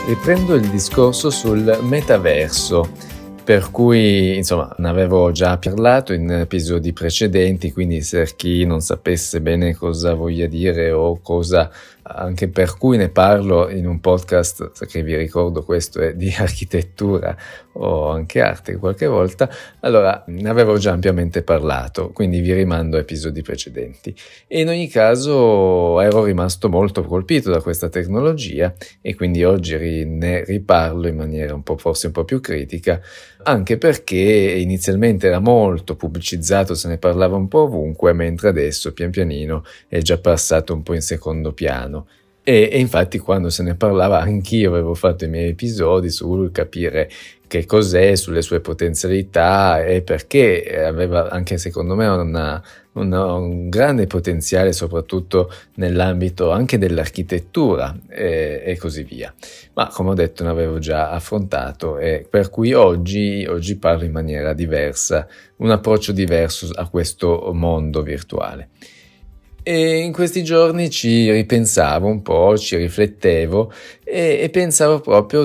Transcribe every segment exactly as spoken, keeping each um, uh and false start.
riprendo il discorso sul metaverso, per cui insomma ne avevo già parlato in episodi precedenti, quindi se chi non sapesse bene cosa voglia dire o cosa anche per cui ne parlo in un podcast, che vi ricordo questo è di architettura o anche arte qualche volta, allora ne avevo già ampiamente parlato, quindi vi rimando a episodi precedenti. E in ogni caso ero rimasto molto colpito da questa tecnologia e quindi oggi ne riparlo in maniera un po' forse un po' più critica, anche perché inizialmente era molto pubblicizzato, se ne parlava un po' ovunque, mentre adesso pian pianino è già passato un po' in secondo piano. E, e infatti quando se ne parlava anch'io avevo fatto i miei episodi sul capire che cos'è, sulle sue potenzialità e perché aveva anche secondo me una, una, un grande potenziale soprattutto nell'ambito anche dell'architettura e, e così via. Ma come ho detto ne avevo già affrontato e per cui oggi, oggi parlo in maniera diversa, un approccio diverso a questo mondo virtuale. E in questi giorni ci ripensavo un po', ci riflettevo e, e pensavo proprio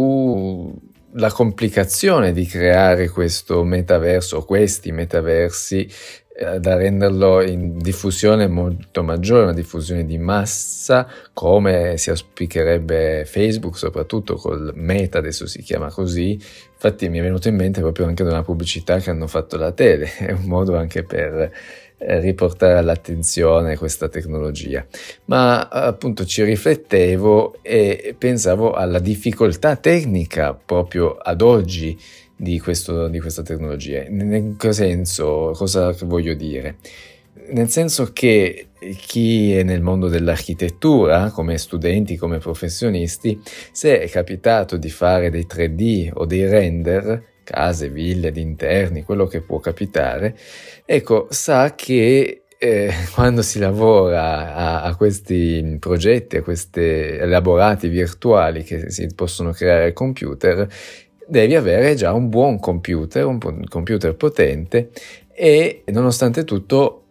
sulla complicazione di creare questo metaverso, questi metaversi, eh, da renderlo in diffusione molto maggiore, una diffusione di massa, come si auspicherebbe Facebook, soprattutto col Meta, adesso si chiama così. Infatti mi è venuto in mente proprio anche da una pubblicità che hanno fatto la tele, è un modo anche per riportare all'attenzione questa tecnologia, ma appunto ci riflettevo e pensavo alla difficoltà tecnica proprio ad oggi di, questo, di questa tecnologia. In che senso? Cosa voglio dire? Nel senso che chi è nel mondo dell'architettura, come studenti, come professionisti, se è capitato di fare dei tre D o dei render, case, ville, dinterni, quello che può capitare, ecco, sa che eh, quando si lavora a, a questi progetti, a questi elaborati virtuali che si possono creare al computer, devi avere già un buon computer, un, un computer potente e nonostante tutto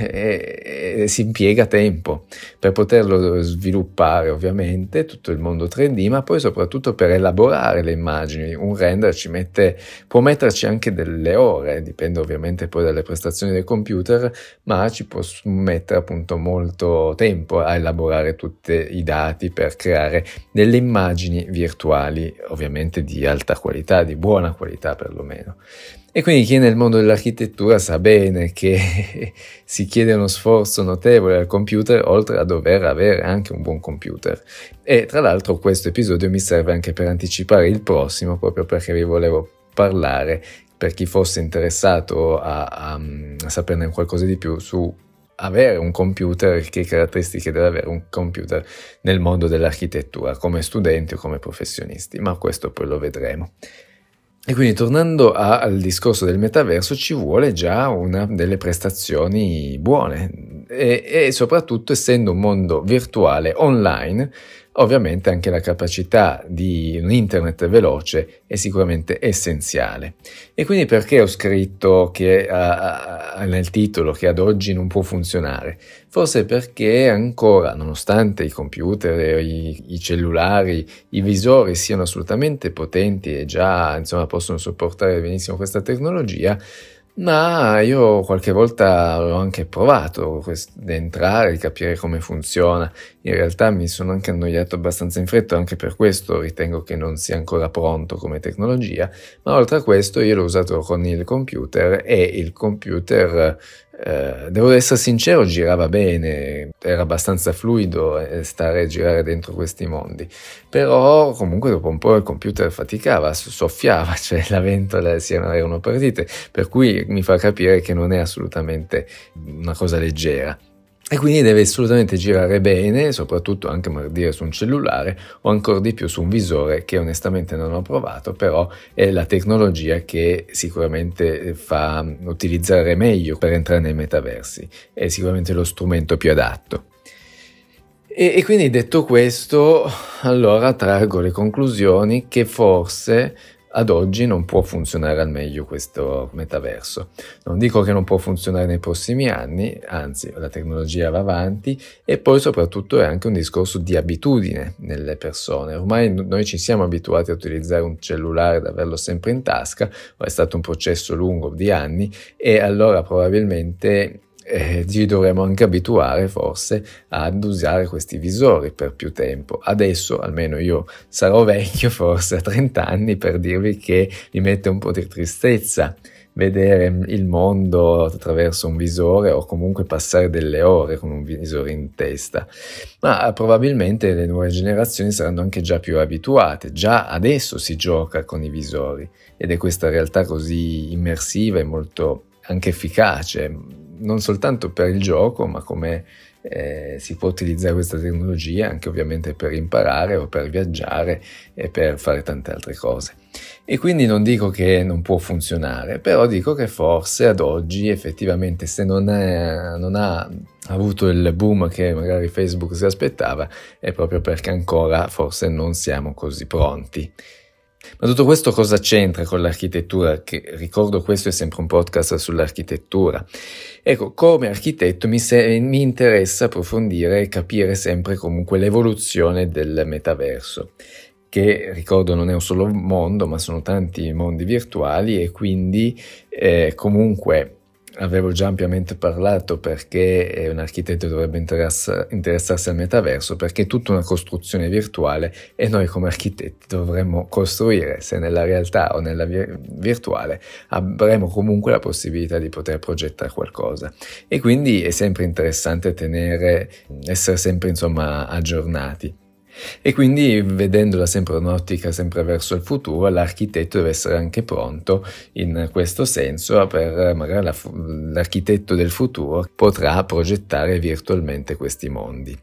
eh, eh, si impiega tempo per poterlo sviluppare, ovviamente tutto il mondo tre D, ma poi soprattutto per elaborare le immagini. Un render ci mette, può metterci anche delle ore, dipende ovviamente poi dalle prestazioni del computer, ma ci può mettere appunto molto tempo a elaborare tutti i dati per creare delle immagini virtuali, ovviamente di alta qualità, di buona qualità perlomeno. E quindi chi è nel mondo dell'architettura sa bene che si chiede uno sforzo notevole al computer, oltre a dover avere anche un buon computer. E tra l'altro questo episodio mi serve anche per anticipare il prossimo, proprio perché vi volevo parlare, per chi fosse interessato a, a, a saperne qualcosa di più, su avere un computer, che caratteristiche deve avere un computer nel mondo dell'architettura, come studenti o come professionisti, ma questo poi lo vedremo. E quindi tornando a, al discorso del metaverso ci vuole già una delle prestazioni buone e, e soprattutto essendo un mondo virtuale online, ovviamente anche la capacità di un internet veloce è sicuramente essenziale. E quindi perché ho scritto che uh, nel titolo che ad oggi non può funzionare? Forse perché ancora, nonostante i computer, i, i cellulari, i visori siano assolutamente potenti e già insomma possono sopportare benissimo questa tecnologia, ma io qualche volta l'ho anche provato ad entrare e capire come funziona. In realtà mi sono anche annoiato abbastanza in fretta, anche per questo ritengo che non sia ancora pronto come tecnologia, ma oltre a questo io l'ho usato con il computer e il computer, eh, devo essere sincero, girava bene, era abbastanza fluido stare a girare dentro questi mondi, però comunque dopo un po' il computer faticava, soffiava, cioè la ventola si erano partite, per cui mi fa capire che non è assolutamente una cosa leggera. E quindi deve assolutamente girare bene, soprattutto anche per dire su un cellulare o ancora di più su un visore che onestamente non ho provato, però è la tecnologia che sicuramente fa utilizzare meglio per entrare nei metaversi, è sicuramente lo strumento più adatto. E, e quindi detto questo, allora traggo le conclusioni che forse ad oggi non può funzionare al meglio questo metaverso. Non dico che non può funzionare nei prossimi anni, anzi la tecnologia va avanti, e poi soprattutto è anche un discorso di abitudine nelle persone. Ormai noi ci siamo abituati a utilizzare un cellulare, ad averlo sempre in tasca, è stato un processo lungo di anni, e allora probabilmente Eh, ci dovremmo anche abituare forse ad usare questi visori per più tempo. Adesso, almeno io sarò vecchio, forse a trenta anni, per dirvi che mi mette un po' di tristezza vedere il mondo attraverso un visore, o comunque passare delle ore con un visore in testa. Ma probabilmente le nuove generazioni saranno anche già più abituate. Già adesso si gioca con i visori, ed è questa realtà così immersiva e molto anche efficace, non soltanto per il gioco, ma come eh, si può utilizzare questa tecnologia anche ovviamente per imparare o per viaggiare e per fare tante altre cose. E quindi non dico che non può funzionare, però dico che forse ad oggi effettivamente, se non, è, non ha avuto il boom che magari Facebook si aspettava, è proprio perché ancora forse non siamo così pronti. Ma tutto questo cosa c'entra con l'architettura? Che, ricordo, questo è sempre un podcast sull'architettura. Ecco, come architetto mi, se- mi interessa approfondire e capire sempre comunque l'evoluzione del metaverso, che ricordo non è un solo mondo, ma sono tanti mondi virtuali, e quindi eh, comunque avevo già ampiamente parlato perché un architetto dovrebbe interessa- interessarsi al metaverso, perché è tutta una costruzione virtuale e noi come architetti dovremmo costruire, se nella realtà o nella vir- virtuale, avremo comunque la possibilità di poter progettare qualcosa. E quindi è sempre interessante tenere, essere sempre insomma aggiornati. E quindi, vedendola sempre in un'ottica sempre verso il futuro, l'architetto deve essere anche pronto in questo senso, per magari la, l'architetto del futuro potrà progettare virtualmente questi mondi.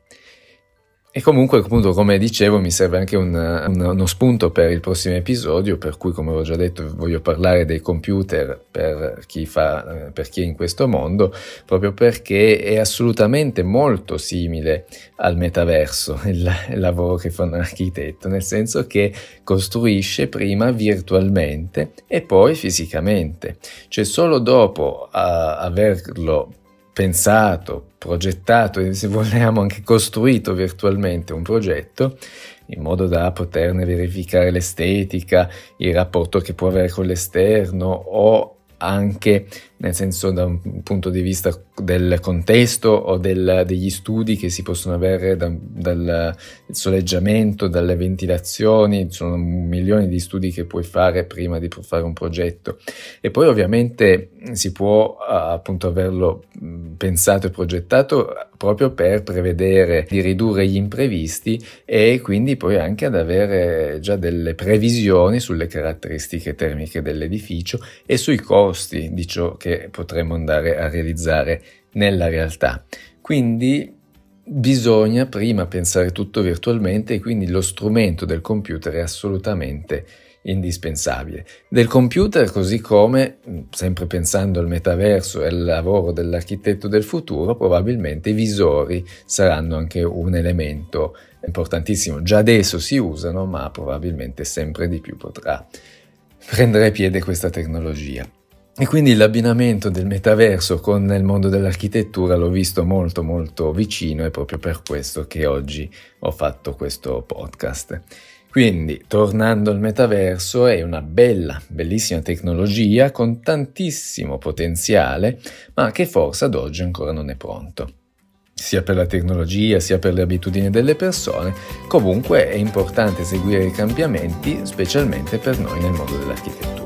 E comunque, appunto, come dicevo, mi serve anche un, un, uno spunto per il prossimo episodio, per cui, come ho già detto, voglio parlare dei computer per chi fa, per chi è in questo mondo, proprio perché è assolutamente molto simile al metaverso il, il lavoro che fa un architetto, nel senso che costruisce prima virtualmente e poi fisicamente. Cioè solo dopo a, averlo pensato, progettato e, se vogliamo, anche costruito virtualmente un progetto, in modo da poterne verificare l'estetica, il rapporto che può avere con l'esterno, o anche, nel senso, da un punto di vista del contesto o del, degli studi che si possono avere da, dal soleggiamento, dalle ventilazioni. Sono milioni di studi che puoi fare prima di fare un progetto, e poi ovviamente si può appunto averlo pensato e progettato proprio per prevedere di ridurre gli imprevisti, e quindi poi anche ad avere già delle previsioni sulle caratteristiche termiche dell'edificio e sui costi di ciò che potremo andare a realizzare nella realtà. Quindi bisogna prima pensare tutto virtualmente, e quindi lo strumento del computer è assolutamente indispensabile. Del computer, così come, sempre pensando al metaverso e al lavoro dell'architetto del futuro, probabilmente i visori saranno anche un elemento importantissimo. Già adesso si usano, ma probabilmente sempre di più potrà prendere piede questa tecnologia. E quindi l'abbinamento del metaverso con il mondo dell'architettura l'ho visto molto molto vicino, e proprio per questo che oggi ho fatto questo podcast. Quindi, tornando al metaverso, è una bella, bellissima tecnologia con tantissimo potenziale, ma che forse ad oggi ancora non è pronto. Sia per la tecnologia, sia per le abitudini delle persone, comunque è importante seguire i cambiamenti, specialmente per noi nel mondo dell'architettura.